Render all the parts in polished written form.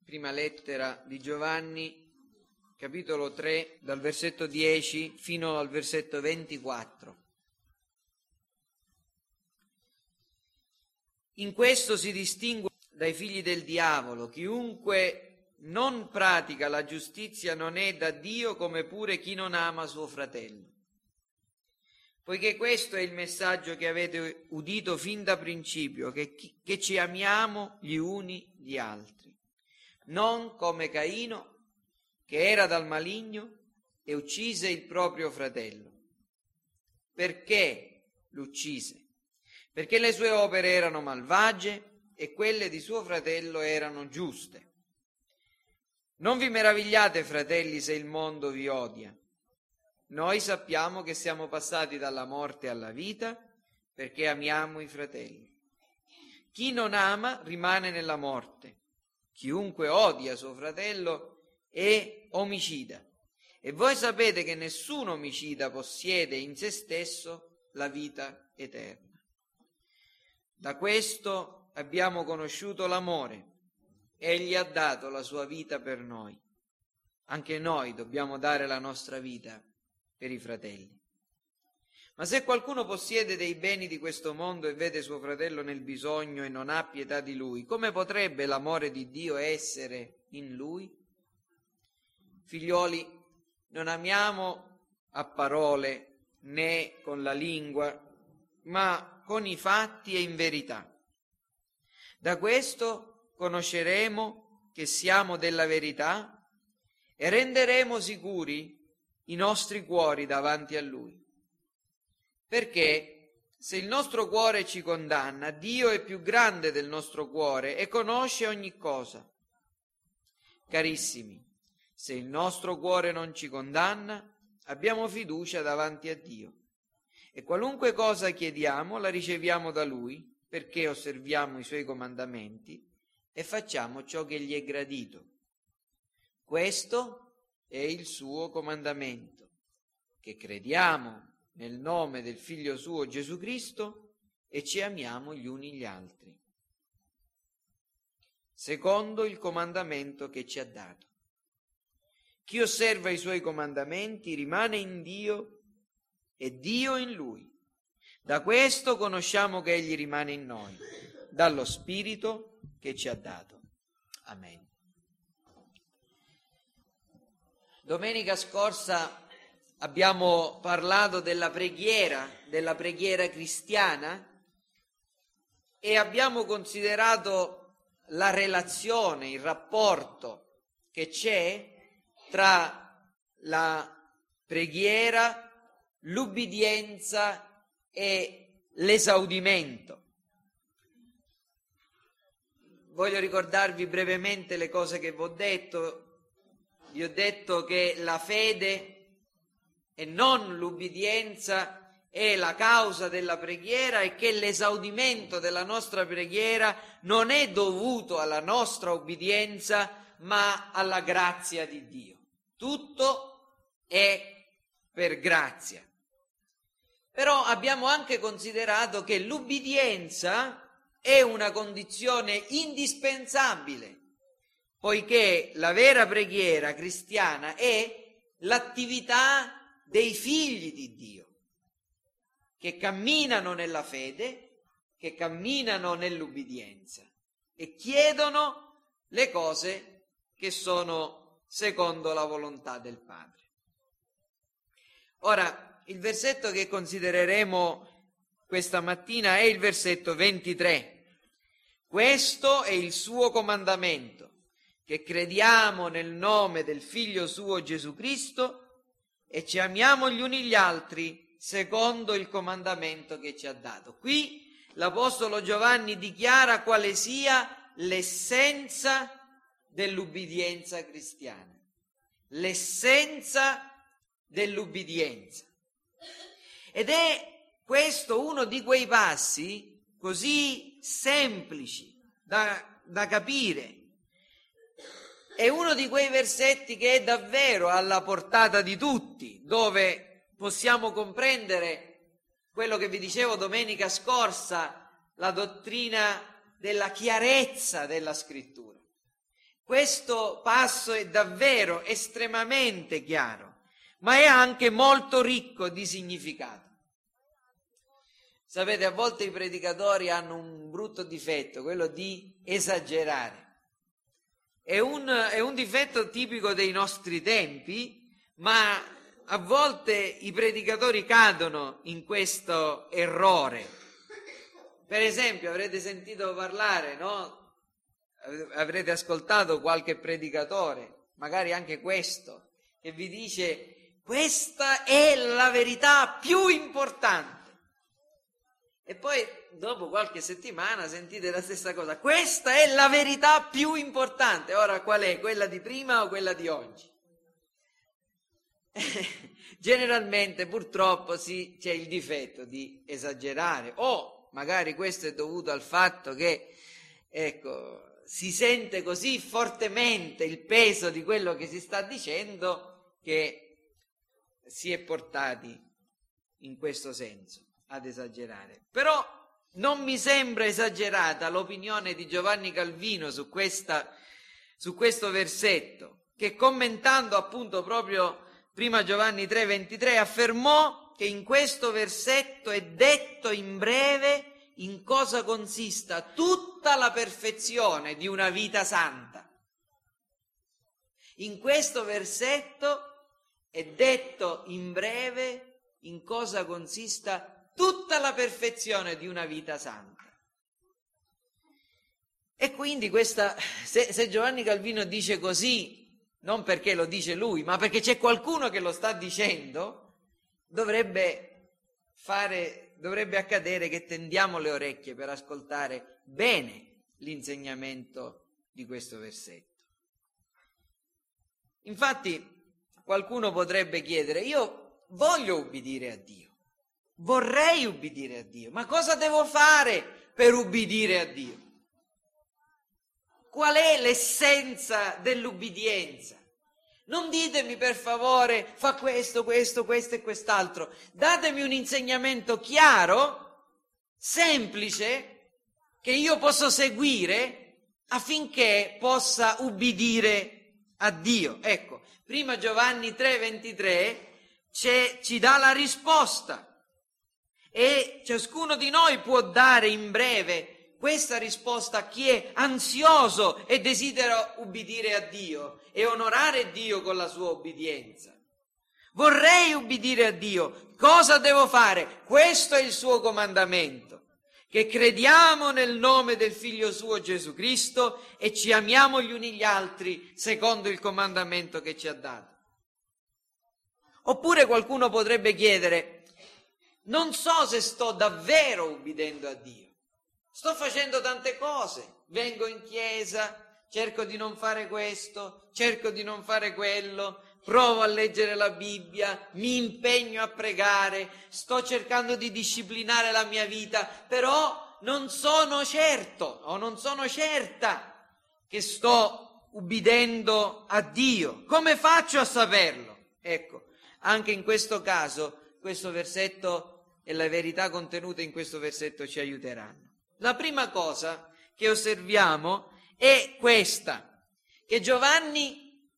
Prima lettera di Giovanni, capitolo 3, dal versetto 10 fino al versetto 24. In questo si distingue dai figli del diavolo: chiunque non pratica la giustizia non è da Dio, come pure chi non ama suo fratello. Poiché questo è il messaggio che avete udito fin da principio, che ci amiamo gli uni gli altri. Non come Caino, che era dal maligno e uccise il proprio fratello. Perché l'uccise? Perché le sue opere erano malvagie e quelle di suo fratello erano giuste. Non vi meravigliate, fratelli, se il mondo vi odia. Noi sappiamo che siamo passati dalla morte alla vita perché amiamo i fratelli. Chi non ama rimane nella morte. Chiunque odia suo fratello è omicida. E voi sapete che nessun omicida possiede in se stesso la vita eterna. Da questo abbiamo conosciuto l'amore. Egli ha dato la sua vita per noi. Anche noi dobbiamo dare la nostra vita per i fratelli. Ma se qualcuno possiede dei beni di questo mondo e vede suo fratello nel bisogno e non ha pietà di lui, come potrebbe l'amore di Dio essere in lui? Figlioli, non amiamo a parole né con la lingua, ma con i fatti e in verità. Da questo conosceremo che siamo della verità e renderemo sicuri i nostri cuori davanti a Lui. Perché se il nostro cuore ci condanna, Dio è più grande del nostro cuore e conosce ogni cosa. Carissimi, se il nostro cuore non ci condanna, abbiamo fiducia davanti a Dio. E qualunque cosa chiediamo la riceviamo da Lui, perché osserviamo i Suoi comandamenti e facciamo ciò che gli è gradito. Questo è il suo comandamento, che crediamo nel nome del Figlio suo Gesù Cristo e ci amiamo gli uni gli altri, secondo il comandamento che ci ha dato. Chi osserva i suoi comandamenti rimane in Dio e Dio in lui. Da questo conosciamo che Egli rimane in noi, dallo Spirito che ci ha dato. Amen. Domenica scorsa abbiamo parlato della preghiera cristiana e abbiamo considerato la relazione, il rapporto che c'è tra la preghiera, l'ubbidienza e l'esaudimento. Voglio ricordarvi brevemente le cose che vi ho detto. Vi ho detto che la fede e non l'ubbidienza è la causa della preghiera e che l'esaudimento della nostra preghiera non è dovuto alla nostra ubbidienza ma alla grazia di Dio. Tutto è per grazia. Però abbiamo anche considerato che l'ubbidienza è una condizione indispensabile, poiché la vera preghiera cristiana è l'attività dei figli di Dio, che camminano nella fede, che camminano nell'ubbidienza e chiedono le cose che sono secondo la volontà del Padre. Ora, il versetto che considereremo questa mattina è il versetto 23. Questo è il suo comandamento, che crediamo nel nome del Figlio suo Gesù Cristo e ci amiamo gli uni gli altri secondo il comandamento che ci ha dato. Qui l'Apostolo Giovanni dichiara quale sia l'essenza dell'ubbidienza cristiana. L'essenza dell'ubbidienza. Ed è questo uno di quei passi così semplici da capire. È uno di quei versetti che è davvero alla portata di tutti, dove possiamo comprendere quello che vi dicevo domenica scorsa, la dottrina della chiarezza della Scrittura. questo passo è davvero estremamente chiaro, ma è anche molto ricco di significato. Sapete, a volte i predicatori hanno un brutto difetto, quello di esagerare. È un difetto tipico dei nostri tempi, ma a volte i predicatori cadono in questo errore. Per esempio, avrete sentito parlare, no? Avrete ascoltato qualche predicatore, magari anche questo, che vi dice: questa è la verità più importante. E poi dopo qualche settimana sentite la stessa cosa: questa è la verità più importante. Ora qual è? Quella di prima o quella di oggi? Generalmente purtroppo c'è il difetto di esagerare, o magari questo è dovuto al fatto che, ecco, si sente così fortemente il peso di quello che si sta dicendo che si è portati in questo senso ad esagerare. Però non mi sembra esagerata l'opinione di Giovanni Calvino su questo versetto, che commentando appunto proprio prima Giovanni 3,23 affermò che in questo versetto è detto in breve in cosa consista tutta la perfezione di una vita santa. In questo versetto è detto in breve in cosa consista tutta la perfezione di una vita santa. E quindi se Giovanni Calvino dice così, non perché lo dice lui, ma perché c'è qualcuno che lo sta dicendo, dovrebbe accadere che tendiamo le orecchie per ascoltare bene l'insegnamento di questo versetto. Infatti qualcuno potrebbe chiedere: io voglio ubbidire a Dio, vorrei ubbidire a Dio, ma cosa devo fare per ubbidire a Dio? Qual è l'essenza dell'ubbidienza? Non ditemi per favore: fa questo, questo, questo e quest'altro. Datemi un insegnamento chiaro, semplice, che io posso seguire affinché possa ubbidire a Dio. Ecco, prima Giovanni 3,23 ci dà la risposta. E ciascuno di noi può dare in breve questa risposta a chi è ansioso e desidera ubbidire a Dio e onorare Dio con la sua obbedienza. Vorrei ubbidire a Dio, cosa devo fare? Questo è il suo comandamento: che crediamo nel nome del Figlio suo Gesù Cristo e ci amiamo gli uni gli altri secondo il comandamento che ci ha dato. Oppure qualcuno potrebbe chiedere: non so se sto davvero ubbidendo a Dio. Sto facendo tante cose, vengo in chiesa, cerco di non fare questo, cerco di non fare quello, provo a leggere la Bibbia, mi impegno a pregare, sto cercando di disciplinare la mia vita, però non sono certo o non sono certa che sto ubbidendo a Dio. Come faccio a saperlo? Ecco, anche in questo caso questo versetto e la verità contenuta in questo versetto ci aiuteranno. La prima cosa che osserviamo è questa, che Giovanni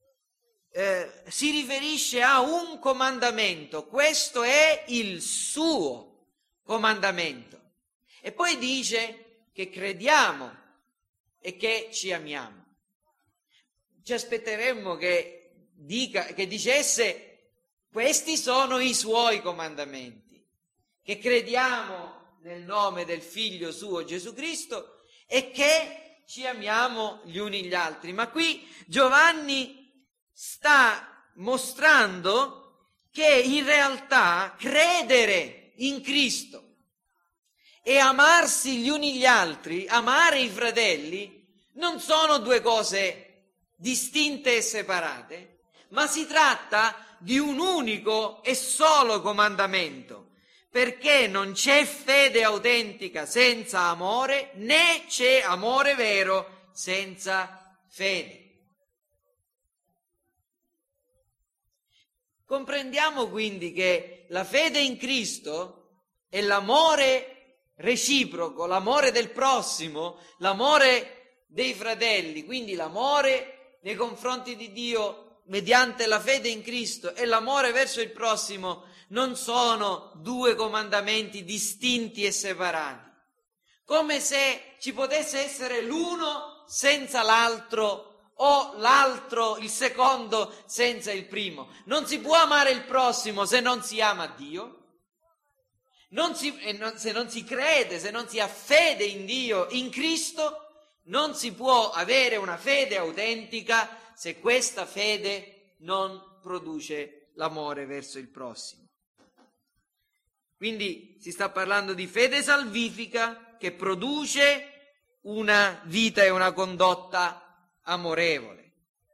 si riferisce a un comandamento, questo è il suo comandamento, e poi dice che crediamo e che ci amiamo. Ci aspetteremmo che dicesse: questi sono i suoi comandamenti, che crediamo nel nome del Figlio suo Gesù Cristo e che ci amiamo gli uni gli altri. Ma qui Giovanni sta mostrando che in realtà credere in Cristo e amarsi gli uni gli altri, amare i fratelli, non sono due cose distinte e separate, ma si tratta di un unico e solo comandamento. Perché non c'è fede autentica senza amore, né c'è amore vero senza fede. Comprendiamo quindi che la fede in Cristo e l'amore reciproco, l'amore del prossimo, l'amore dei fratelli, quindi l'amore nei confronti di Dio mediante la fede in Cristo e l'amore verso il prossimo non sono due comandamenti distinti e separati, come se ci potesse essere l'uno senza l'altro o l'altro, il secondo, senza il primo. Non si può amare il prossimo se non si ama Dio. Se non si crede, se non si ha fede in Dio, in Cristo, non si può avere una fede autentica se questa fede non produce l'amore verso il prossimo. Quindi si sta parlando di fede salvifica che produce una vita e una condotta amorevole.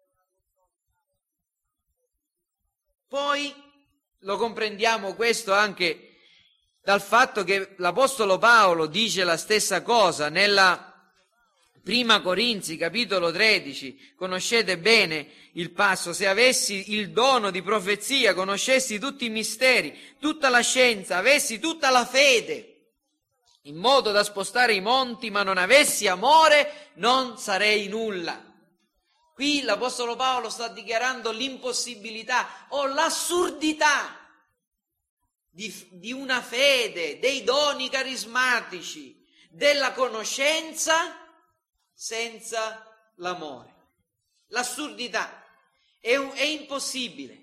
Poi lo comprendiamo questo anche dal fatto che l'Apostolo Paolo dice la stessa cosa nella Prima Corinzi, capitolo 13, conoscete bene il passo: se avessi il dono di profezia, conoscessi tutti i misteri, tutta la scienza, avessi tutta la fede, in modo da spostare i monti, ma non avessi amore, non sarei nulla. Qui l'Apostolo Paolo sta dichiarando l'impossibilità o l'assurdità di una fede, dei doni carismatici, della conoscenza senza l'amore. L'assurdità è impossibile.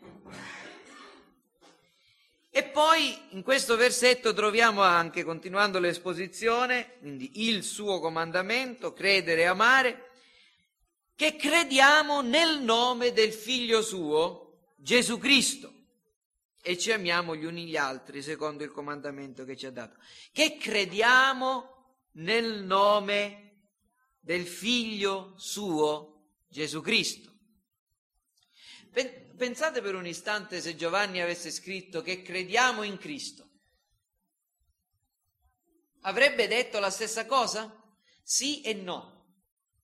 E poi in questo versetto troviamo anche, continuando l'esposizione, quindi il suo comandamento, credere e amare, che crediamo nel nome del Figlio suo, Gesù Cristo, e ci amiamo gli uni gli altri secondo il comandamento che ci ha dato. Che crediamo nel nome del Figlio suo, Gesù Cristo. Pensate per un istante se Giovanni avesse scritto che crediamo in Cristo. Avrebbe detto la stessa cosa? Sì e no.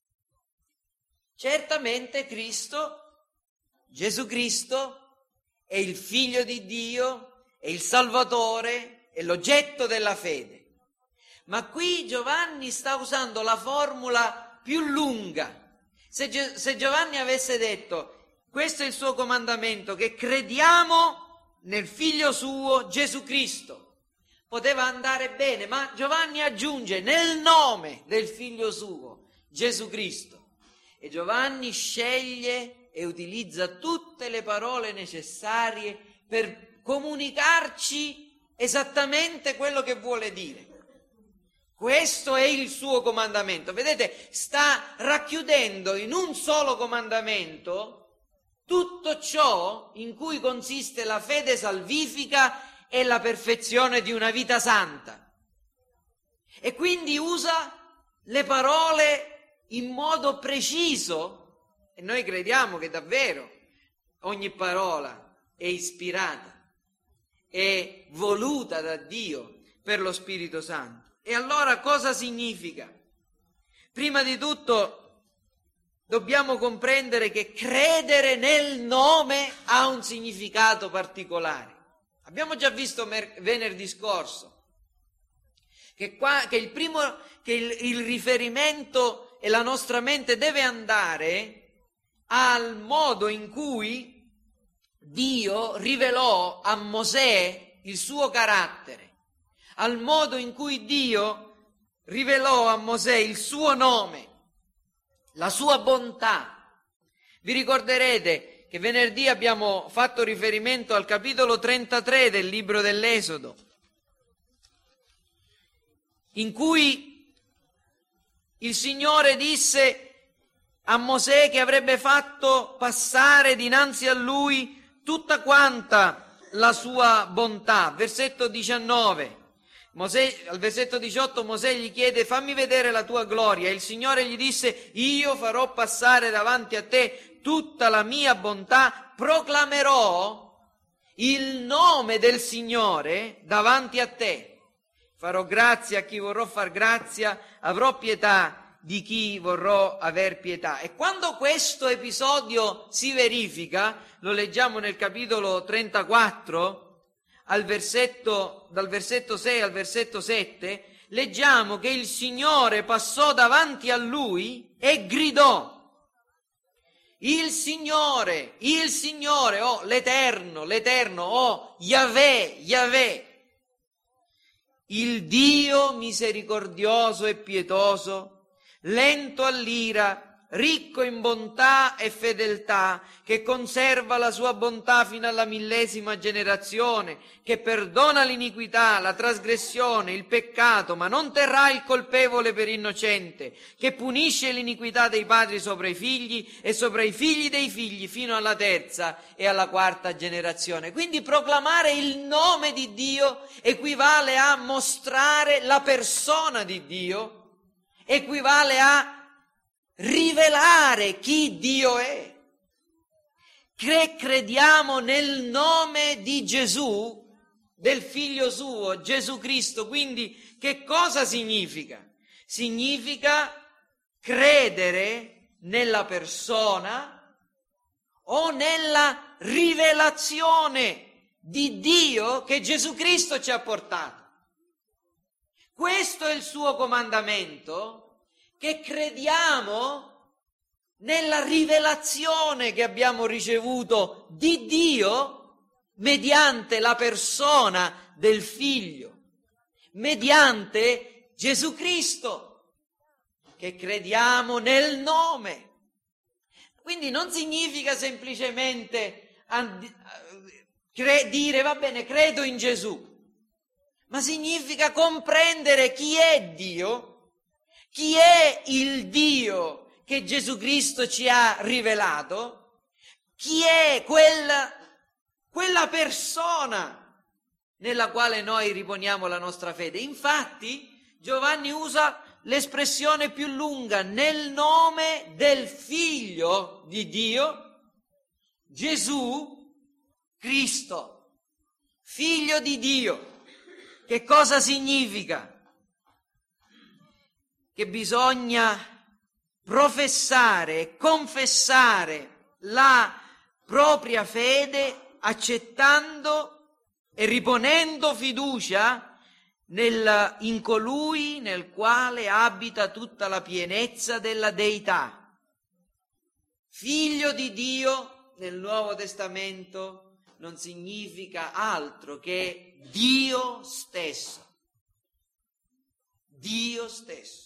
Certamente Cristo, Gesù Cristo, è il Figlio di Dio, è il Salvatore, è l'oggetto della fede. Ma qui Giovanni sta usando la formula più lunga. Se Giovanni avesse detto: questo è il suo comandamento, che crediamo nel Figlio suo Gesù Cristo, poteva andare bene, ma Giovanni aggiunge nel nome del Figlio suo Gesù Cristo, e Giovanni sceglie e utilizza tutte le parole necessarie per comunicarci esattamente quello che vuole dire. Questo è il suo comandamento. Vedete, sta racchiudendo in un solo comandamento tutto ciò in cui consiste la fede salvifica e la perfezione di una vita santa. E quindi usa le parole in modo preciso, e noi crediamo che davvero ogni parola è ispirata, è voluta da Dio per lo Spirito Santo. E allora cosa significa? Prima di tutto dobbiamo comprendere che credere nel nome ha un significato particolare. Abbiamo già visto venerdì scorso che il riferimento e la nostra mente deve andare al modo in cui Dio rivelò a Mosè il suo carattere, al modo in cui Dio rivelò a Mosè il suo nome, la sua bontà. Vi ricorderete che venerdì abbiamo fatto riferimento al capitolo 33 del libro dell'Esodo, in cui il Signore disse a Mosè che avrebbe fatto passare dinanzi a lui tutta quanta la sua bontà. Versetto 19. Al versetto 18 Mosè gli chiede: fammi vedere la tua gloria. E il Signore gli disse: io farò passare davanti a te tutta la mia bontà, proclamerò il nome del Signore davanti a te. Farò grazia a chi vorrò far grazia, avrò pietà di chi vorrò aver pietà. E quando questo episodio si verifica, lo leggiamo nel capitolo 34, dal versetto 6 al versetto 7, leggiamo che il Signore passò davanti a lui e gridò. il Signore, oh l'Eterno, oh Yahweh, il Dio misericordioso e pietoso, lento all'ira, ricco in bontà e fedeltà, che conserva la sua bontà fino alla 1000ª generazione, che perdona l'iniquità, la trasgressione, il peccato, ma non terrà il colpevole per innocente, che punisce l'iniquità dei padri sopra i figli e sopra i figli dei figli fino alla 3ª e alla 4ª generazione. Quindi proclamare il nome di Dio equivale a mostrare la persona di Dio, equivale a rivelare chi Dio è. Crediamo nel nome di Gesù, del figlio suo, Gesù Cristo. Quindi che cosa significa? Significa credere nella persona o nella rivelazione di Dio che Gesù Cristo ci ha portato. Questo è il suo comandamento, che crediamo nella rivelazione che abbiamo ricevuto di Dio mediante la persona del Figlio, mediante Gesù Cristo, che crediamo nel nome. Quindi non significa semplicemente dire va bene, credo in Gesù, ma significa comprendere chi è Dio. Chi è il Dio che Gesù Cristo ci ha rivelato? Chi è quella persona nella quale noi riponiamo la nostra fede? Infatti Giovanni usa l'espressione più lunga: nel nome del Figlio di Dio, Gesù Cristo, Figlio di Dio. Che cosa significa? Che bisogna professare e confessare la propria fede accettando e riponendo fiducia in colui nel quale abita tutta la pienezza della deità. Figlio di Dio nel Nuovo Testamento non significa altro che Dio stesso. Dio stesso.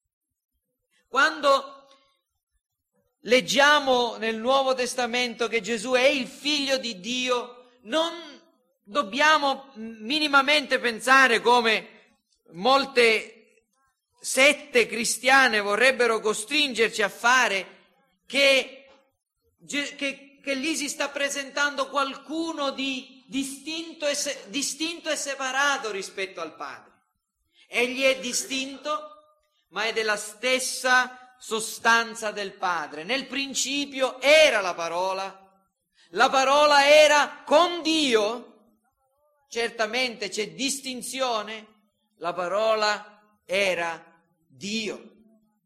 Quando leggiamo nel Nuovo Testamento che Gesù è il Figlio di Dio, non dobbiamo minimamente pensare, come molte sette cristiane vorrebbero costringerci a fare, che lì si sta presentando qualcuno di distinto e separato rispetto al Padre. Egli è distinto, ma è della stessa sostanza del Padre. Nel principio era la parola era con Dio, certamente c'è distinzione, la parola era Dio.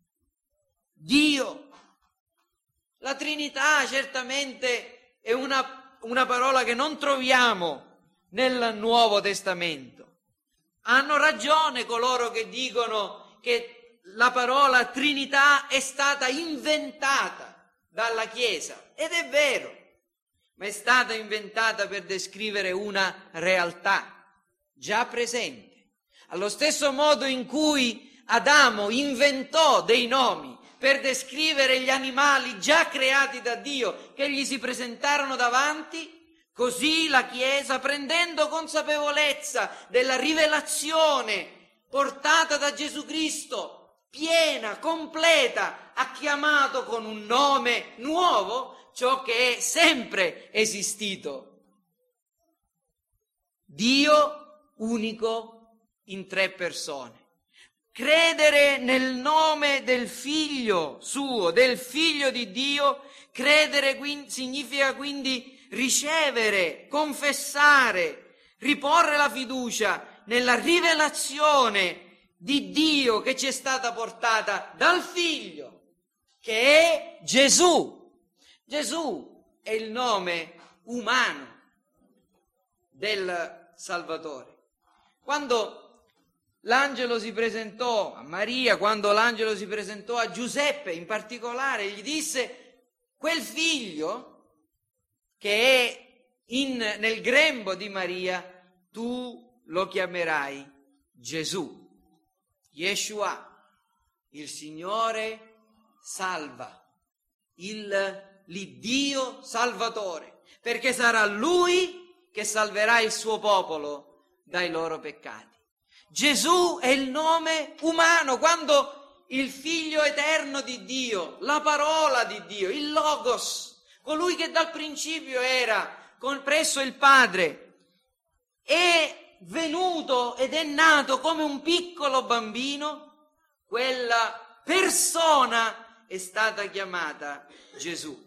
Dio. La Trinità certamente è una parola che non troviamo nel Nuovo Testamento. Hanno ragione coloro che dicono che la parola Trinità è stata inventata dalla Chiesa, ed è vero, ma è stata inventata per descrivere una realtà già presente. Allo stesso modo in cui Adamo inventò dei nomi per descrivere gli animali già creati da Dio che gli si presentarono davanti, così la Chiesa, prendendo consapevolezza della rivelazione portata da Gesù Cristo, piena, completa, ha chiamato con un nome nuovo ciò che è sempre esistito. Dio unico in 3 persone. Credere nel nome del Figlio suo, del Figlio di Dio, credere significa quindi ricevere, confessare, riporre la fiducia nella rivelazione di Dio che ci è stata portata dal Figlio, che è Gesù. Gesù è il nome umano del Salvatore. Quando l'angelo si presentò a Maria, quando l'angelo si presentò a Giuseppe in particolare, gli disse: quel figlio che è nel grembo di Maria, tu lo chiamerai Gesù, Yeshua, il Signore salva, l'Iddio salvatore, perché sarà Lui che salverà il suo popolo dai loro peccati. Gesù è il nome umano, quando il Figlio eterno di Dio, la parola di Dio, il Logos, colui che dal principio era presso il Padre, è venuto ed è nato come un piccolo bambino, quella persona è stata chiamata Gesù.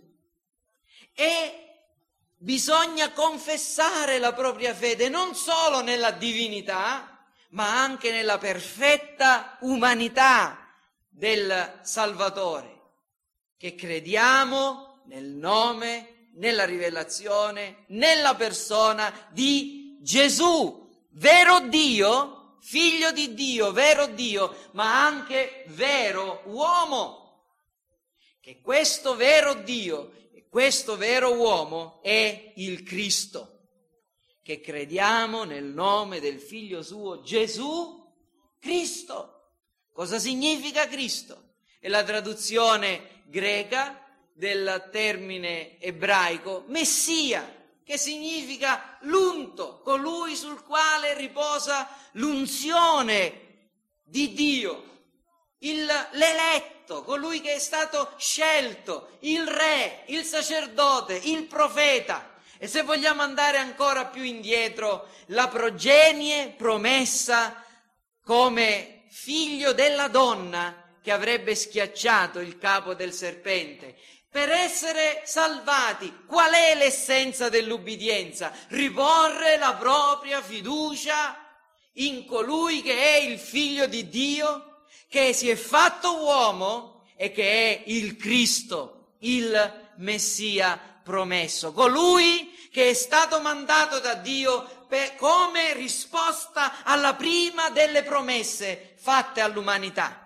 E bisogna confessare la propria fede non solo nella divinità, ma anche nella perfetta umanità del Salvatore, che crediamo nel nome, nella rivelazione, nella persona di Gesù, vero Dio, figlio di Dio, vero Dio, ma anche vero uomo, che questo vero Dio e questo vero uomo è il Cristo, che crediamo nel nome del figlio suo Gesù Cristo. Cosa significa Cristo? È la traduzione greca del termine ebraico Messia, che significa l'unto, colui sul quale riposa l'unzione di Dio, l'eletto, colui che è stato scelto, il re, il sacerdote, il profeta. E se vogliamo andare ancora più indietro, la progenie promessa come figlio della donna che avrebbe schiacciato il capo del serpente. Per essere salvati, qual è l'essenza dell'ubbidienza? Riporre la propria fiducia in colui che è il figlio di Dio, che si è fatto uomo e che è il Cristo, il Messia promesso, colui che è stato mandato da Dio come risposta alla prima delle promesse fatte all'umanità.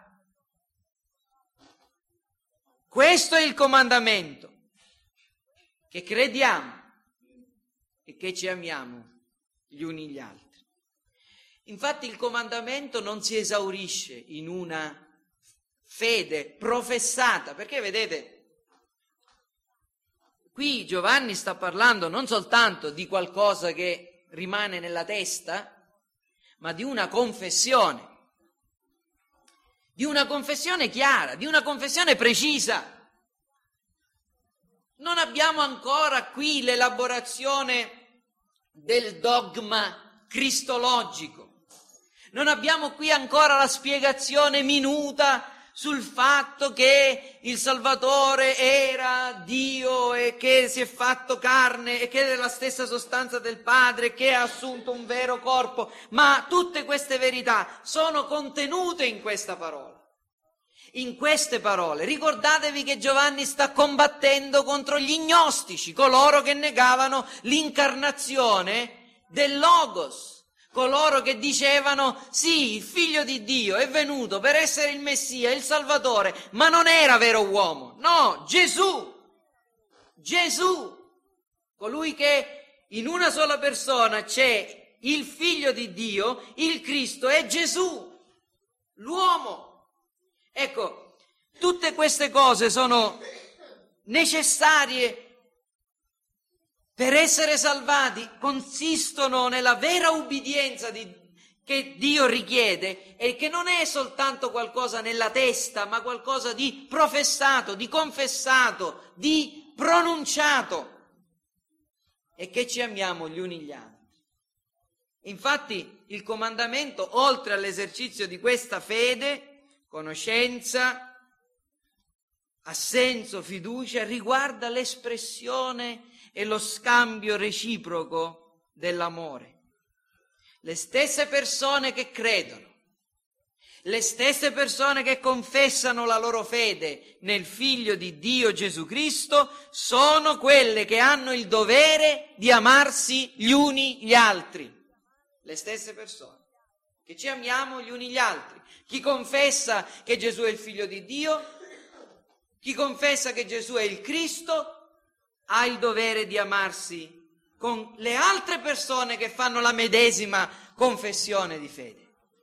Questo è il comandamento, che crediamo e che ci amiamo gli uni gli altri. Infatti il comandamento non si esaurisce in una fede professata, perché vedete, qui Giovanni sta parlando non soltanto di qualcosa che rimane nella testa, ma di una confessione chiara, di una confessione precisa. Non abbiamo ancora qui l'elaborazione del dogma cristologico, non abbiamo qui ancora la spiegazione minuta sul fatto che il Salvatore era Dio e che si è fatto carne e che è della stessa sostanza del Padre, che ha assunto un vero corpo, ma tutte queste verità sono contenute in questa parola. In queste parole, ricordatevi che Giovanni sta combattendo contro gli gnostici, coloro che negavano l'incarnazione del Logos. Coloro che dicevano, sì, il figlio di Dio è venuto per essere il Messia, il Salvatore, ma non era vero uomo. No, Gesù, colui che in una sola persona c'è il figlio di Dio, il Cristo, è Gesù, l'uomo. Ecco, tutte queste cose sono necessarie per essere salvati, consistono nella vera ubbidienza che Dio richiede, e che non è soltanto qualcosa nella testa, ma qualcosa di professato, di confessato, di pronunciato, e che ci amiamo gli uni gli altri. Infatti il comandamento, oltre all'esercizio di questa fede, conoscenza, assenso, fiducia, riguarda l'espressione e lo scambio reciproco dell'amore. Le stesse persone che credono, le stesse persone che confessano la loro fede nel Figlio di Dio Gesù Cristo sono quelle che hanno il dovere di amarsi gli uni gli altri. Le stesse persone che ci amiamo gli uni gli altri. Chi confessa che Gesù è il Figlio di Dio Chi confessa che Gesù è il Cristo ha il dovere di amarsi con le altre persone che fanno la medesima confessione di fede.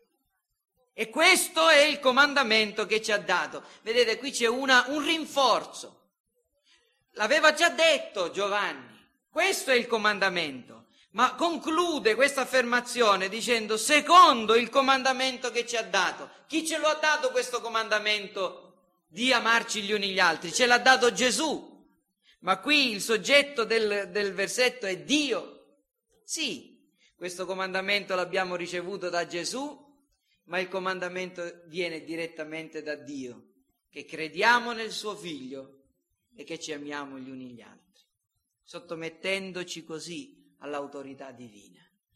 E questo è il comandamento che ci ha dato. Vedete, qui c'è un rinforzo. L'aveva già detto Giovanni, questo è il comandamento, ma conclude questa affermazione dicendo secondo il comandamento che ci ha dato. Chi ce lo ha dato questo comandamento di amarci gli uni gli altri? Ce l'ha dato Gesù, ma qui il soggetto del versetto è Dio. Sì, questo comandamento l'abbiamo ricevuto da Gesù, ma il comandamento viene direttamente da Dio, che crediamo nel suo Figlio e che ci amiamo gli uni gli altri, sottomettendoci così all'autorità divina.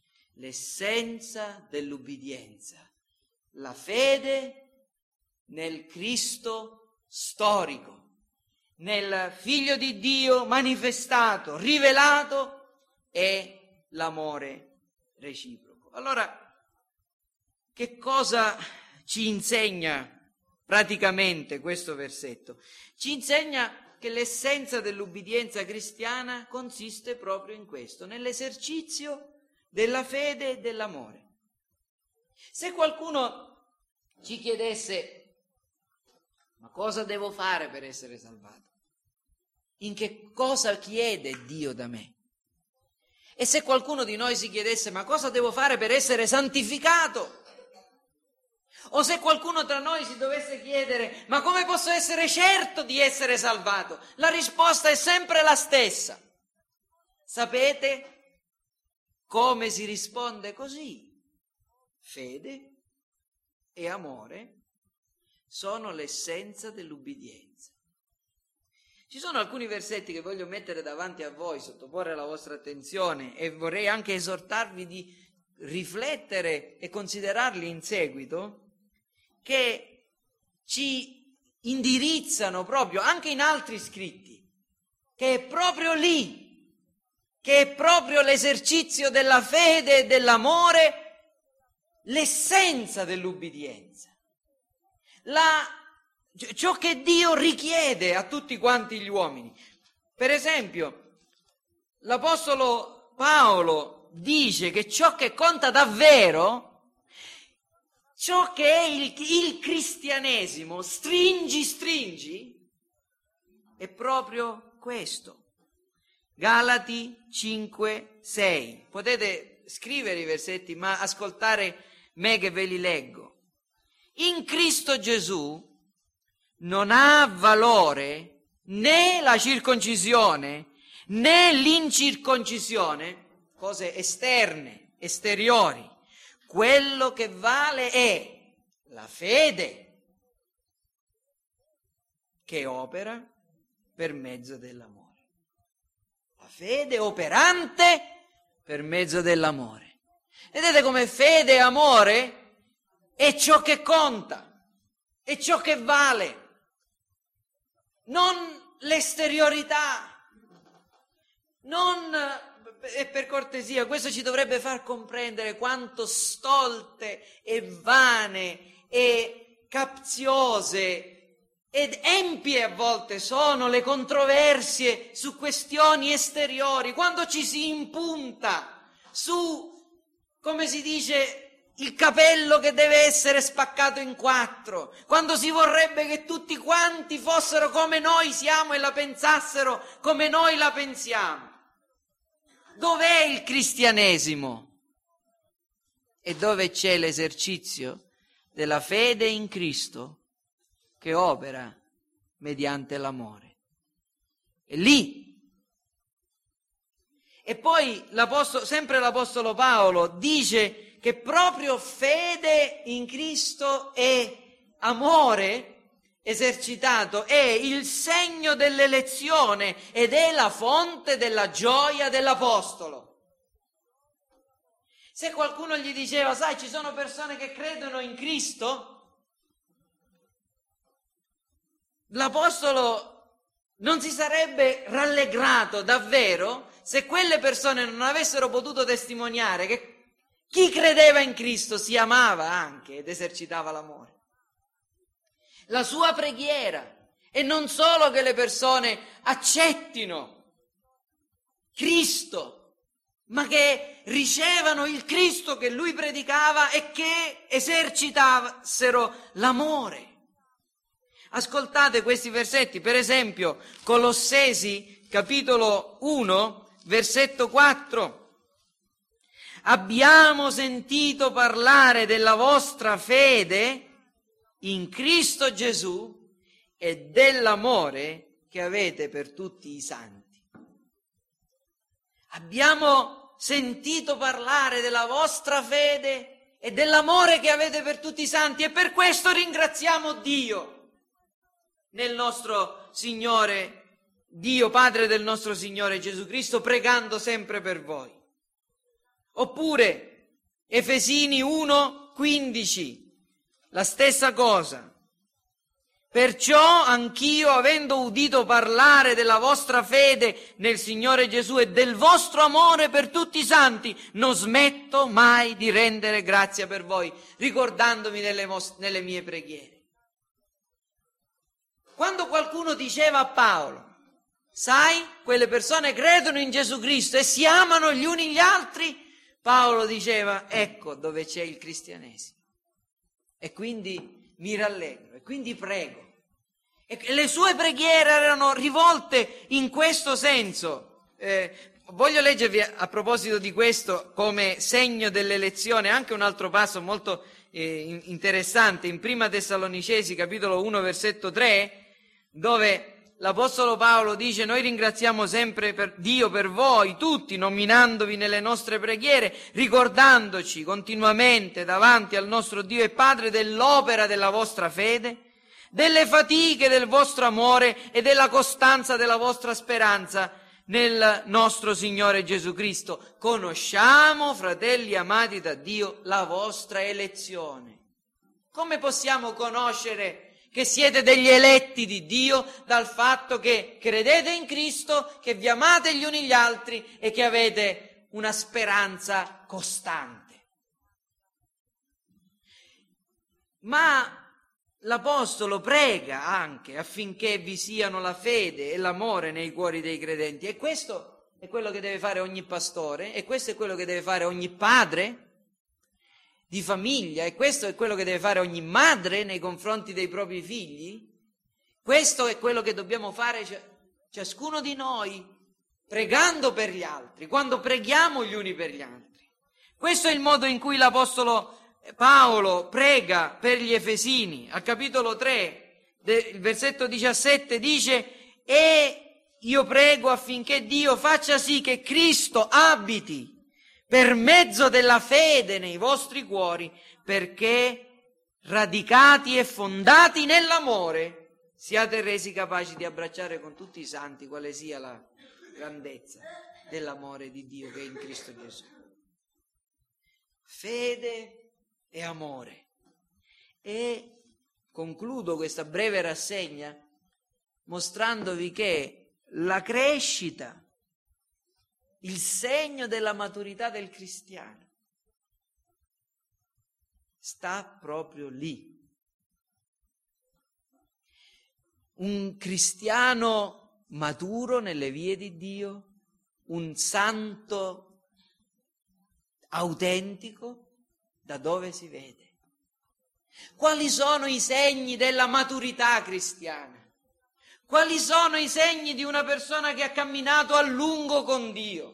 L'essenza dell'ubbidienza, la fede nel Cristo storico, nel Figlio di Dio manifestato, rivelato, e l'amore reciproco. Allora, che cosa ci insegna praticamente questo versetto? Ci insegna che l'essenza dell'ubbidienza cristiana consiste proprio in questo, nell'esercizio della fede e dell'amore. Se qualcuno ci chiedesse: ma cosa devo fare per essere salvato? In che cosa chiede Dio da me? E se qualcuno di noi si chiedesse: ma cosa devo fare per essere santificato? O se qualcuno tra noi si dovesse chiedere: ma come posso essere certo di essere salvato? La risposta è sempre la stessa. Sapete come si risponde così? Fede e amore sono l'essenza dell'ubbidienza. Ci sono alcuni versetti che voglio mettere davanti a voi, sottoporre alla vostra attenzione, e vorrei anche esortarvi di riflettere e considerarli in seguito, che ci indirizzano proprio anche in altri scritti, che è proprio lì, che è proprio l'esercizio della fede e dell'amore, l'essenza dell'ubbidienza, ciò che Dio richiede a tutti quanti gli uomini. Per esempio, l'Apostolo Paolo dice che ciò che conta davvero, ciò che è il cristianesimo, stringi, è proprio questo. Galati 5:6. Potete scrivere i versetti, ma ascoltare me che ve li leggo. In Cristo Gesù non ha valore né la circoncisione né l'incirconcisione, cose esterne, esteriori. Quello che vale è la fede che opera per mezzo dell'amore. La fede operante per mezzo dell'amore. Vedete come fede e amore è ciò che conta, è ciò che vale, non l'esteriorità, e per cortesia, questo ci dovrebbe far comprendere quanto stolte e vane e capziose ed empie a volte sono le controversie su questioni esteriori, quando ci si impunta su, come si dice, il capello che deve essere spaccato in 4, quando si vorrebbe che tutti quanti fossero come noi siamo e la pensassero come noi la pensiamo. Dov'è il cristianesimo? E dove c'è l'esercizio della fede in Cristo che opera mediante l'amore? È lì. E poi sempre l'Apostolo Paolo dice che proprio fede in Cristo e amore esercitato è il segno dell'elezione ed è la fonte della gioia dell'Apostolo. Se qualcuno gli diceva: sai, ci sono persone che credono in Cristo, l'Apostolo non si sarebbe rallegrato davvero se quelle persone non avessero potuto testimoniare che chi credeva in Cristo si amava anche ed esercitava l'amore. La sua preghiera E non solo che le persone accettino Cristo, ma che ricevano il Cristo che lui predicava e che esercitassero l'amore. Ascoltate questi versetti, per esempio Colossesi capitolo 1, versetto 4. Abbiamo sentito parlare della vostra fede in Cristo Gesù e dell'amore che avete per tutti i santi. Abbiamo sentito parlare della vostra fede e dell'amore che avete per tutti i santi e per questo ringraziamo Dio nel nostro Signore, Dio Padre del nostro Signore Gesù Cristo, pregando sempre per voi. Oppure Efesini 1:15, la stessa cosa. Perciò anch'io, avendo udito parlare della vostra fede nel Signore Gesù e del vostro amore per tutti i santi, non smetto mai di rendere grazia per voi, ricordandomi nelle mie preghiere. Quando qualcuno diceva a Paolo, sai, quelle persone credono in Gesù Cristo e si amano gli uni gli altri, Paolo diceva, ecco dove c'è il cristianesimo. E quindi mi rallegro, e quindi prego. E le sue preghiere erano rivolte in questo senso. Voglio leggervi a proposito di questo, come segno dell'elezione, anche un altro passo molto interessante, in Prima Tessalonicesi capitolo 1 versetto 3, dove l'Apostolo Paolo dice: noi ringraziamo sempre Dio per voi tutti, nominandovi nelle nostre preghiere, ricordandoci continuamente davanti al nostro Dio e Padre dell'opera della vostra fede, delle fatiche del vostro amore e della costanza della vostra speranza nel nostro Signore Gesù Cristo. Conosciamo, fratelli amati da Dio, la vostra elezione. Come possiamo conoscere che siete degli eletti di Dio? Dal fatto che credete in Cristo, che vi amate gli uni gli altri e che avete una speranza costante. Ma l'Apostolo prega anche affinché vi siano la fede e l'amore nei cuori dei credenti, e questo è quello che deve fare ogni pastore, e questo è quello che deve fare ogni padre di famiglia, e questo è quello che deve fare ogni madre nei confronti dei propri figli. Questo è quello che dobbiamo fare ciascuno di noi, pregando per gli altri, quando preghiamo gli uni per gli altri. Questo è il modo in cui l'Apostolo Paolo prega per gli Efesini. Al capitolo 3, il versetto 17 dice: e io prego affinché Dio faccia sì che Cristo abiti per mezzo della fede nei vostri cuori, perché radicati e fondati nell'amore siate resi capaci di abbracciare con tutti i santi quale sia la grandezza dell'amore di Dio che è in Cristo Gesù. Fede e amore. E concludo questa breve rassegna mostrandovi che la crescita, il segno della maturità del cristiano, sta proprio lì. Un cristiano maturo nelle vie di Dio, un santo autentico, da dove si vede? Quali sono i segni della maturità cristiana? Quali sono i segni di una persona che ha camminato a lungo con Dio,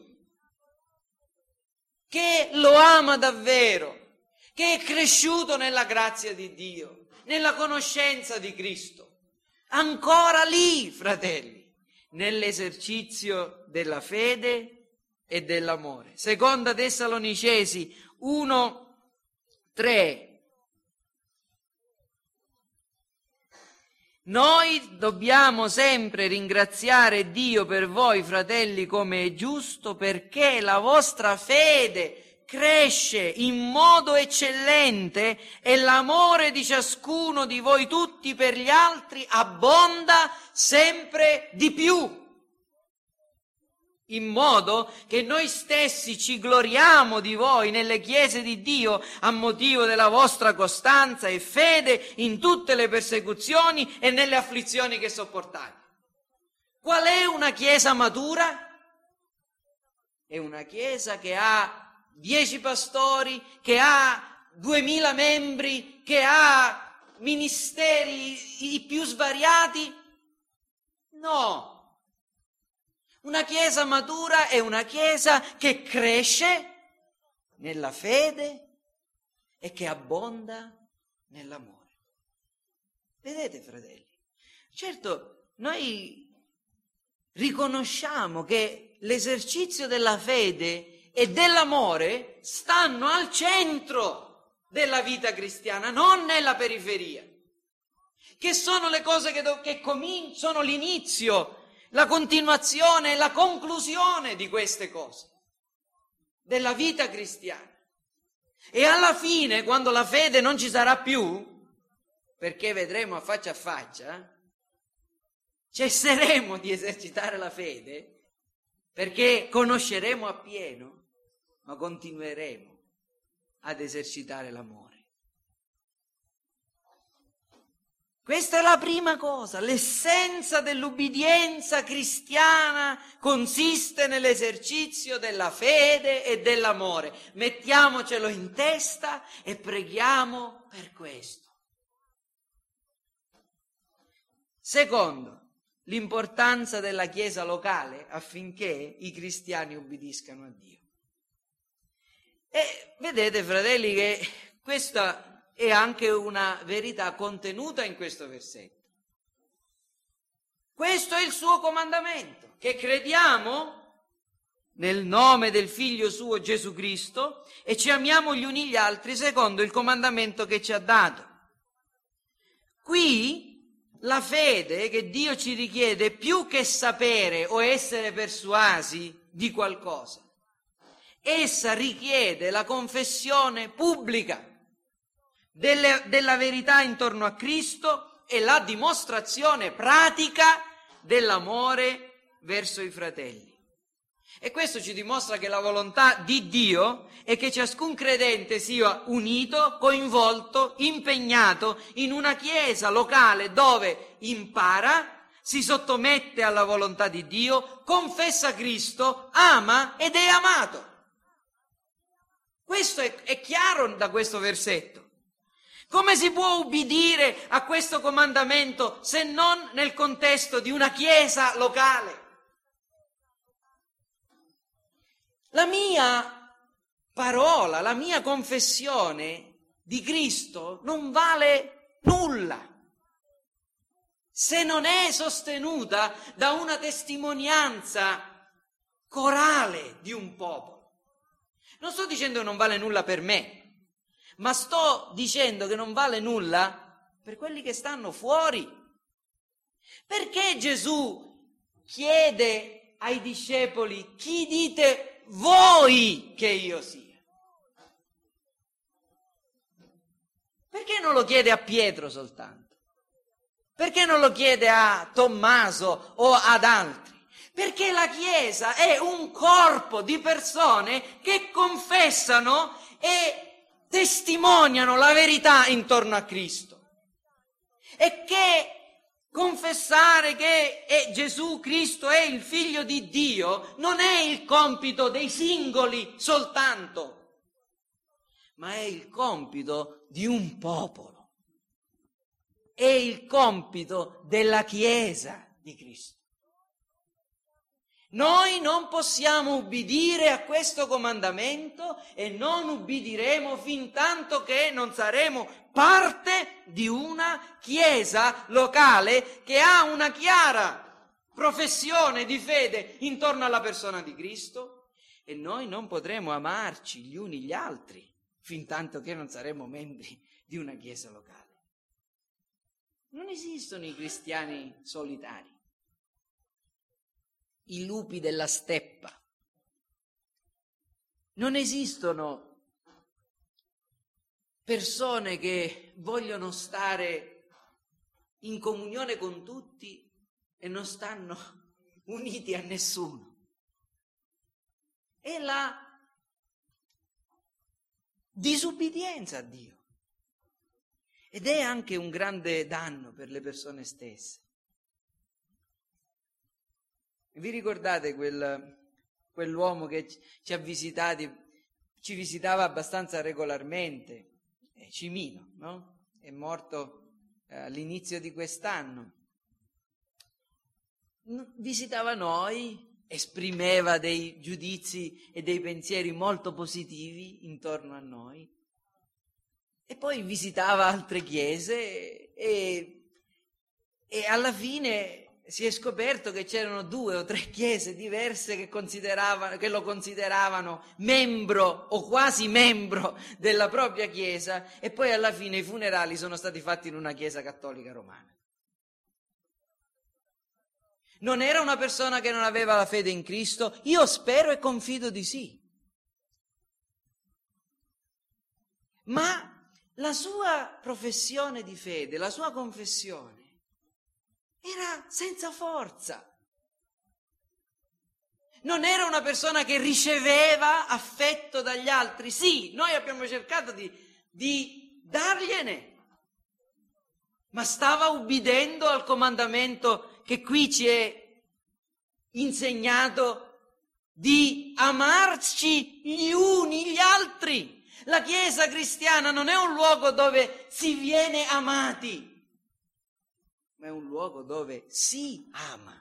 che lo ama davvero, che è cresciuto nella grazia di Dio, nella conoscenza di Cristo? Ancora lì, fratelli, nell'esercizio della fede e dell'amore. Seconda Tessalonicesi 1:3. Noi dobbiamo sempre ringraziare Dio per voi, fratelli, come è giusto, perché la vostra fede cresce in modo eccellente e l'amore di ciascuno di voi tutti per gli altri abbonda sempre di più. in modo che noi stessi ci gloriamo di voi nelle chiese di Dio a motivo della vostra costanza e fede in tutte le persecuzioni e nelle afflizioni che sopportate. Qual è una chiesa matura? È una chiesa che ha 10 pastori, che ha 2000 membri, che ha ministeri i più svariati? No. Una chiesa matura è una chiesa che cresce nella fede e che abbonda nell'amore. Vedete, fratelli? Certo, noi riconosciamo che l'esercizio della fede e dell'amore stanno al centro della vita cristiana, non nella periferia, che sono le cose che sono l'inizio, la continuazione, la conclusione di queste cose, della vita cristiana. E alla fine, quando la fede non ci sarà più, perché vedremo a faccia, cesseremo di esercitare la fede, perché conosceremo appieno, ma continueremo ad esercitare l'amore. Questa è la prima cosa, l'essenza dell'ubbidienza cristiana consiste nell'esercizio della fede e dell'amore. Mettiamocelo in testa e preghiamo per questo. Secondo, l'importanza della Chiesa locale affinché i cristiani ubbidiscano a Dio. E vedete, fratelli, che questa è anche una verità contenuta in questo versetto. Questo è il suo comandamento, che crediamo nel nome del Figlio suo Gesù Cristo e ci amiamo gli uni gli altri secondo il comandamento che ci ha dato. Qui la fede che Dio ci richiede più che sapere o essere persuasi di qualcosa. Essa richiede la confessione pubblica della verità intorno a Cristo e la dimostrazione pratica dell'amore verso i fratelli. E questo ci dimostra che la volontà di Dio è che ciascun credente sia unito, coinvolto, impegnato in una chiesa locale dove impara, si sottomette alla volontà di Dio, confessa Cristo, ama ed è amato. Questo è chiaro da questo versetto. Come si può ubbidire a questo comandamento se non nel contesto di una chiesa locale? La mia parola, la mia confessione di Cristo non vale nulla se non è sostenuta da una testimonianza corale di un popolo. Non sto dicendo che non vale nulla per me, ma sto dicendo che non vale nulla per quelli che stanno fuori. Perché Gesù chiede ai discepoli: chi dite voi che io sia? Perché non lo chiede a Pietro soltanto? Perché non lo chiede a Tommaso o ad altri? Perché la Chiesa è un corpo di persone che confessano e testimoniano la verità intorno a Cristo, e che confessare che Gesù Cristo è il Figlio di Dio non è il compito dei singoli soltanto, ma è il compito di un popolo, è il compito della Chiesa di Cristo. Noi non possiamo ubbidire a questo comandamento e non ubbidiremo fin tanto che non saremo parte di una chiesa locale che ha una chiara professione di fede intorno alla persona di Cristo, e noi non potremo amarci gli uni gli altri fin tanto che non saremo membri di una chiesa locale. Non esistono i cristiani solitari, i lupi della steppa. Non esistono persone che vogliono stare in comunione con tutti e non stanno uniti a nessuno. è la disubbidienza a Dio. Ed è anche un grande danno per le persone stesse. Vi ricordate quell'uomo che ci ha visitati, ci visitava abbastanza regolarmente, Cimino, no? È morto all'inizio di quest'anno. Visitava noi, esprimeva dei giudizi e dei pensieri molto positivi intorno a noi, e poi visitava altre chiese e alla fine si è scoperto che c'erano 2 o 3 chiese diverse che lo consideravano membro o quasi membro della propria chiesa, e poi alla fine i funerali sono stati fatti in una chiesa cattolica romana. Non era una persona che non aveva la fede in Cristo? Io spero e confido di sì. Ma la sua professione di fede, la sua confessione, era senza forza. Non era una persona che riceveva affetto dagli altri. Sì, noi abbiamo cercato di dargliene, ma stava ubbidendo al comandamento che qui ci è insegnato di amarci gli uni gli altri. La Chiesa cristiana non è un luogo dove si viene amati, ma è un luogo dove si ama.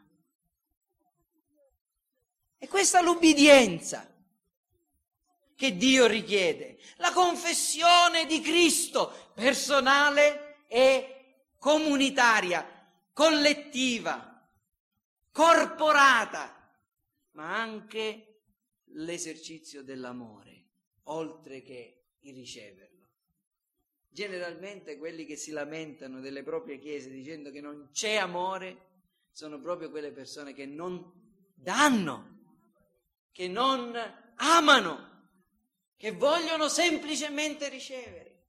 E questa è l'ubbidienza che Dio richiede, la confessione di Cristo, personale e comunitaria, collettiva, corporata, ma anche l'esercizio dell'amore, oltre che il riceverlo. Generalmente quelli che si lamentano delle proprie chiese dicendo che non c'è amore sono proprio quelle persone che non danno, che non amano, che vogliono semplicemente ricevere.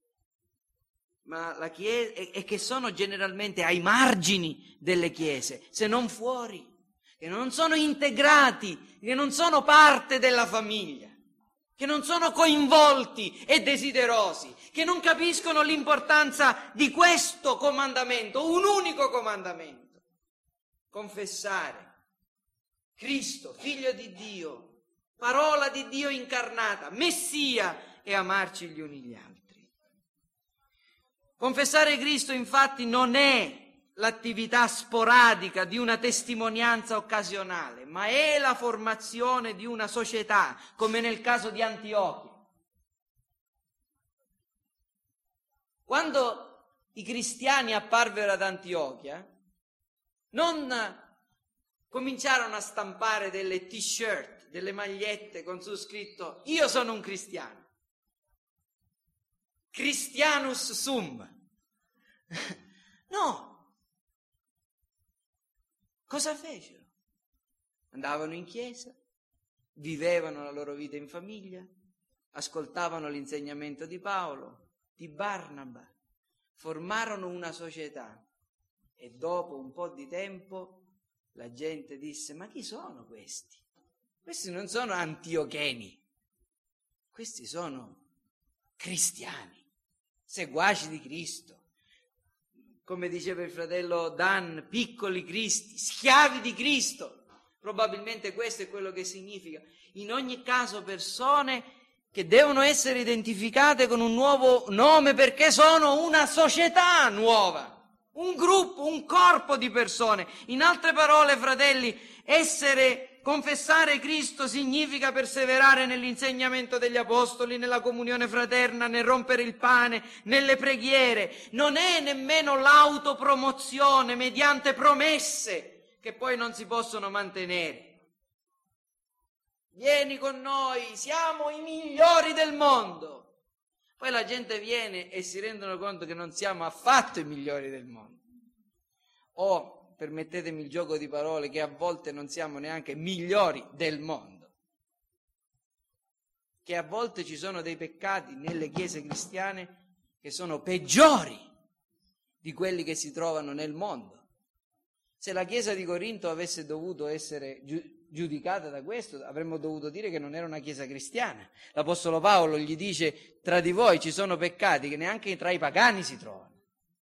Ma la Chiesa, e che sono generalmente ai margini delle chiese, se non fuori, che non sono integrati, che non sono parte della famiglia, che non sono coinvolti e desiderosi, che non capiscono l'importanza di questo comandamento, un unico comandamento: confessare Cristo, Figlio di Dio, parola di Dio incarnata, Messia, e amarci gli uni gli altri. Confessare Cristo, infatti, non è l'attività sporadica di una testimonianza occasionale, ma è la formazione di una società, come nel caso di Antiochia. Quando i cristiani apparvero ad Antiochia, non cominciarono a stampare delle t-shirt, delle magliette con su scritto "Io sono un cristiano", Christianus sum. No. Cosa fecero? Andavano in chiesa, vivevano la loro vita in famiglia, ascoltavano l'insegnamento di Paolo, di Barnaba, formarono una società, e dopo un po' di tempo la gente disse: ma chi sono questi? Questi non sono antiocheni, questi sono cristiani, seguaci di Cristo. Come diceva il fratello Dan, piccoli Cristi, schiavi di Cristo. Probabilmente questo è quello che significa. In ogni caso persone che devono essere identificate con un nuovo nome, perché sono una società nuova, un gruppo, un corpo di persone. In altre parole, fratelli, confessare Cristo significa perseverare nell'insegnamento degli apostoli, nella comunione fraterna, nel rompere il pane, nelle preghiere. Non è nemmeno l'autopromozione mediante promesse che poi non si possono mantenere. Vieni con noi, siamo i migliori del mondo. Poi la gente viene e si rendono conto che non siamo affatto i migliori del mondo. O, permettetemi il gioco di parole, che a volte non siamo neanche migliori del mondo, che a volte ci sono dei peccati nelle chiese cristiane che sono peggiori di quelli che si trovano nel mondo. Se la Chiesa di Corinto avesse dovuto essere giudicata da questo, avremmo dovuto dire che non era una Chiesa cristiana. L'Apostolo Paolo gli dice: tra di voi ci sono peccati che neanche tra i pagani si trovano.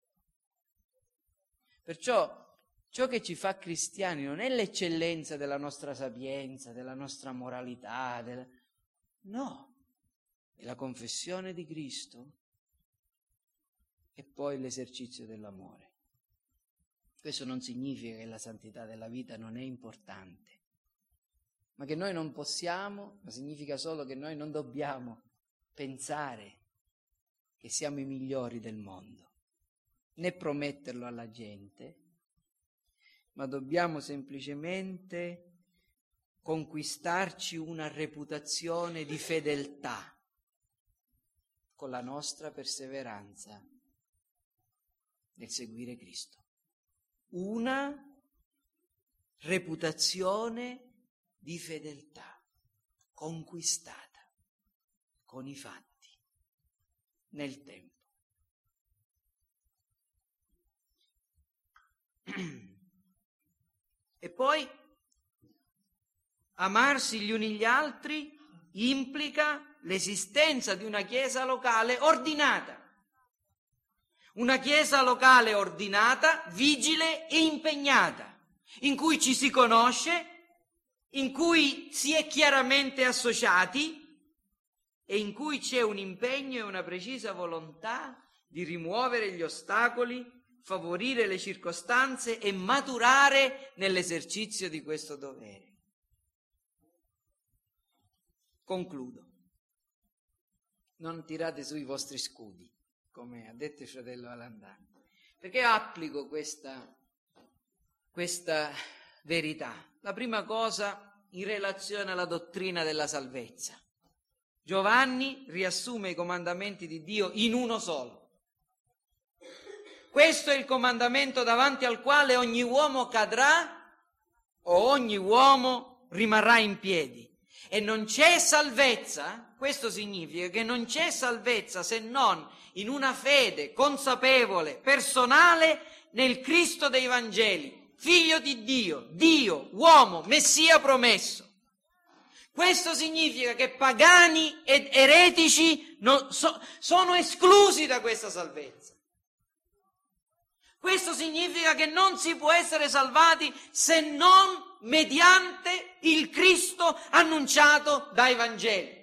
Perciò ciò che ci fa cristiani non è l'eccellenza della nostra sapienza, della nostra moralità, no, è la confessione di Cristo e poi l'esercizio dell'amore. Questo non significa che la santità della vita non è importante, ma che noi non possiamo, ma significa solo che noi non dobbiamo pensare che siamo i migliori del mondo, né prometterlo alla gente, ma dobbiamo semplicemente conquistarci una reputazione di fedeltà con la nostra perseveranza nel seguire Cristo. Una reputazione di fedeltà conquistata con i fatti nel tempo. E poi amarsi gli uni gli altri implica l'esistenza di una chiesa locale ordinata. Una chiesa locale ordinata, vigile e impegnata, in cui ci si conosce, in cui si è chiaramente associati e in cui c'è un impegno e una precisa volontà di rimuovere gli ostacoli, favorire le circostanze e maturare nell'esercizio di questo dovere. Concludo. Non tirate su i vostri scudi, come ha detto il fratello Alandani, perché applico questa verità. La prima cosa in relazione alla dottrina della salvezza. Giovanni riassume i comandamenti di Dio in uno solo. Questo è il comandamento davanti al quale ogni uomo cadrà o ogni uomo rimarrà in piedi. E non c'è salvezza, questo significa che non c'è salvezza se non in una fede consapevole, personale, nel Cristo dei Vangeli, Figlio di Dio, Dio, uomo, Messia promesso. Questo significa che pagani ed eretici sono esclusi da questa salvezza. Questo significa che non si può essere salvati se non mediante il Cristo annunciato dai Vangeli.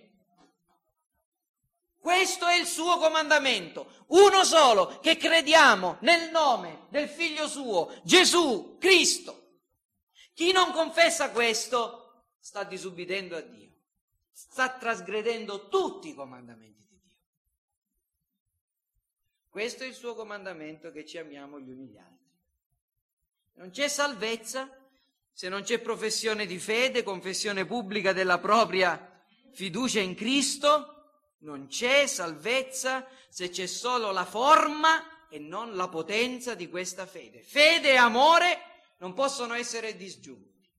Questo è il suo comandamento, uno solo, che crediamo nel nome del Figlio suo, Gesù Cristo. Chi non confessa questo sta disubbidendo a Dio, sta trasgredendo tutti i comandamenti di Dio. Questo è il suo comandamento, che ci amiamo gli uni gli altri. Non c'è salvezza se non c'è professione di fede, confessione pubblica della propria fiducia in Cristo. Non c'è salvezza se c'è solo la forma e non la potenza di questa fede. Fede e amore non possono essere disgiunti.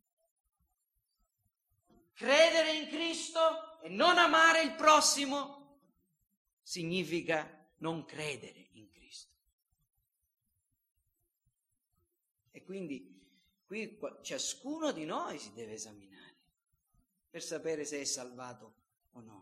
Credere in Cristo e non amare il prossimo significa non credere in Cristo. E quindi qui ciascuno di noi si deve esaminare per sapere se è salvato o no.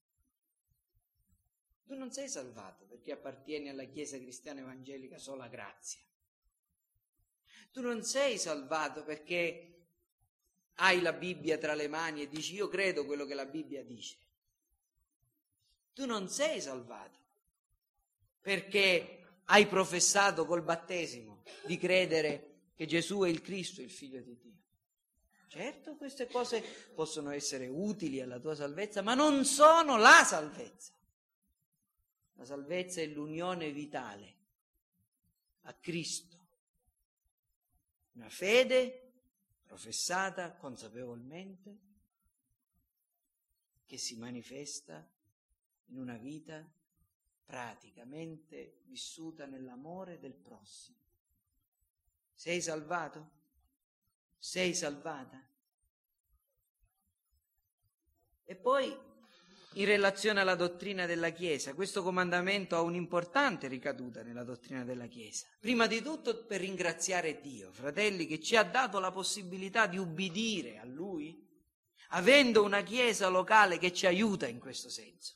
Tu non sei salvato perché appartieni alla Chiesa Cristiana Evangelica Sola Grazia. Tu non sei salvato perché hai la Bibbia tra le mani e dici: io credo quello che la Bibbia dice. Tu non sei salvato perché hai professato col battesimo di credere che Gesù è il Cristo, il Figlio di Dio. Certo, queste cose possono essere utili alla tua salvezza, ma non sono la salvezza. La salvezza è l'unione vitale a Cristo, una fede professata consapevolmente che si manifesta in una vita praticamente vissuta nell'amore del prossimo. Sei salvato? Sei salvata? E poi in relazione alla dottrina della Chiesa. Questo comandamento ha un'importante ricaduta nella dottrina della Chiesa. Prima di tutto per ringraziare Dio, fratelli, che ci ha dato la possibilità di ubbidire a Lui, avendo una Chiesa locale che ci aiuta in questo senso.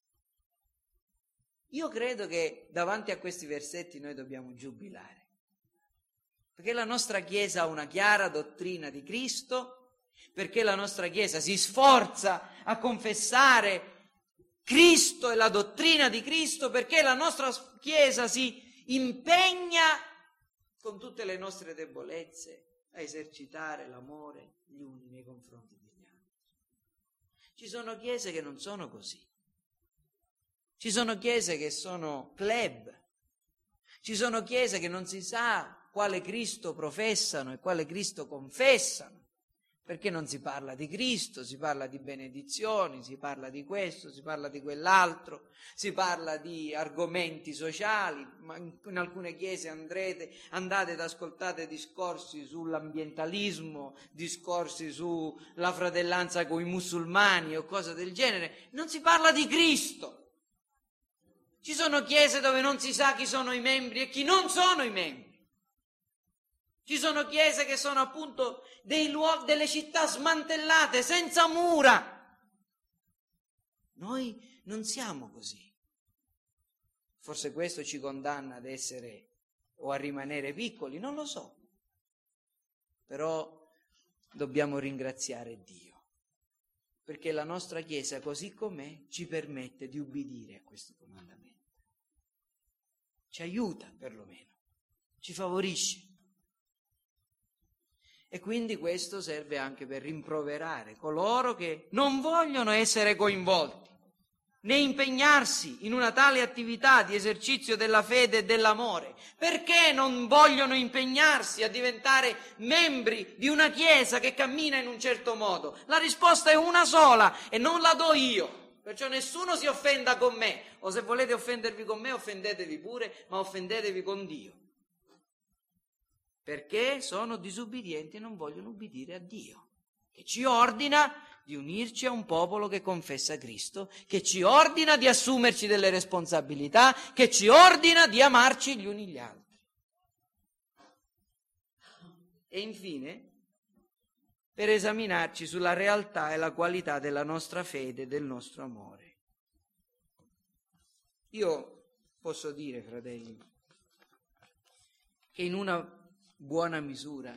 Io credo che davanti a questi versetti noi dobbiamo giubilare, perché la nostra Chiesa ha una chiara dottrina di Cristo, perché la nostra Chiesa si sforza a confessare Cristo e la dottrina di Cristo, perché la nostra Chiesa si impegna con tutte le nostre debolezze a esercitare l'amore gli uni nei confronti degli altri. Ci sono chiese che non sono così. Ci sono chiese che sono club. Ci sono chiese che non si sa quale Cristo professano e quale Cristo confessano. Perché non si parla di Cristo, si parla di benedizioni, si parla di questo, si parla di quell'altro, si parla di argomenti sociali, ma in alcune chiese andate ad ascoltare discorsi sull'ambientalismo, discorsi sulla fratellanza con i musulmani o cose del genere. Non si parla di Cristo. Ci sono chiese dove non si sa chi sono i membri e chi non sono i membri. Ci sono chiese che sono appunto delle città smantellate, senza mura. Noi non siamo così. Forse questo ci condanna ad essere o a rimanere piccoli, non lo so. Però dobbiamo ringraziare Dio, perché la nostra Chiesa, così com'è, ci permette di ubbidire a questo comandamento. Ci aiuta perlomeno, ci favorisce. E quindi questo serve anche per rimproverare coloro che non vogliono essere coinvolti, né impegnarsi in una tale attività di esercizio della fede e dell'amore. Perché non vogliono impegnarsi a diventare membri di una Chiesa che cammina in un certo modo? La risposta è una sola e non la do io. Perciò nessuno si offenda con me, o se volete offendervi con me, offendetevi pure, ma offendetevi con Dio. Perché sono disubbidienti e non vogliono ubbidire a Dio, che ci ordina di unirci a un popolo che confessa Cristo, che ci ordina di assumerci delle responsabilità, che ci ordina di amarci gli uni gli altri. E infine, per esaminarci sulla realtà e la qualità della nostra fede e del nostro amore. Io posso dire, fratelli, che in una buona misura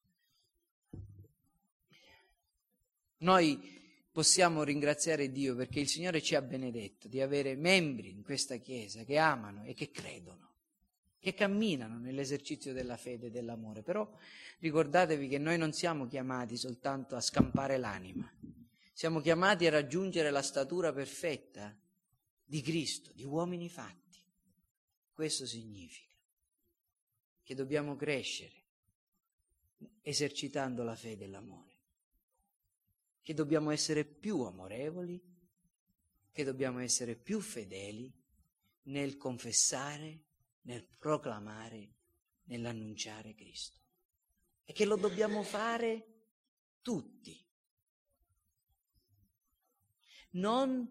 noi possiamo ringraziare Dio perché il Signore ci ha benedetto di avere membri in questa Chiesa che amano e che credono, che camminano nell'esercizio della fede e dell'amore. Però ricordatevi che noi non siamo chiamati soltanto a scampare l'anima, siamo chiamati a raggiungere la statura perfetta di Cristo, di uomini fatti. Questo significa che dobbiamo crescere esercitando la fede e l'amore, che dobbiamo essere più amorevoli, che dobbiamo essere più fedeli nel confessare, nel proclamare, nell'annunciare Cristo, e che lo dobbiamo fare tutti, non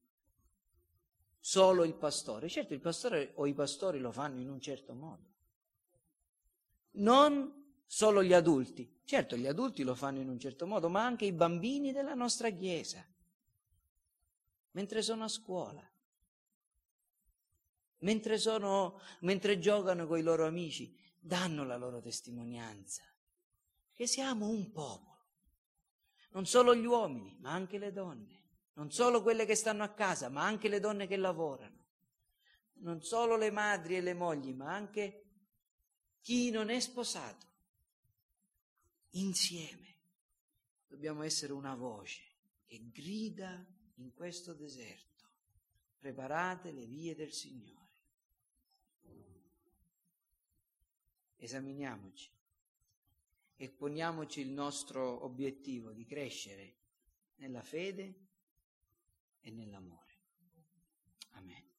solo il pastore. Certo, il pastore o i pastori lo fanno in un certo modo, non solo gli adulti. Certo, gli adulti lo fanno in un certo modo, ma anche i bambini della nostra Chiesa, mentre sono a scuola, mentre giocano con i loro amici, danno la loro testimonianza, che siamo un popolo, non solo gli uomini, ma anche le donne, non solo quelle che stanno a casa, ma anche le donne che lavorano, non solo le madri e le mogli, ma anche chi non è sposato. Insieme dobbiamo essere una voce che grida in questo deserto: preparate le vie del Signore. Esaminiamoci e poniamoci il nostro obiettivo di crescere nella fede e nell'amore. Amen.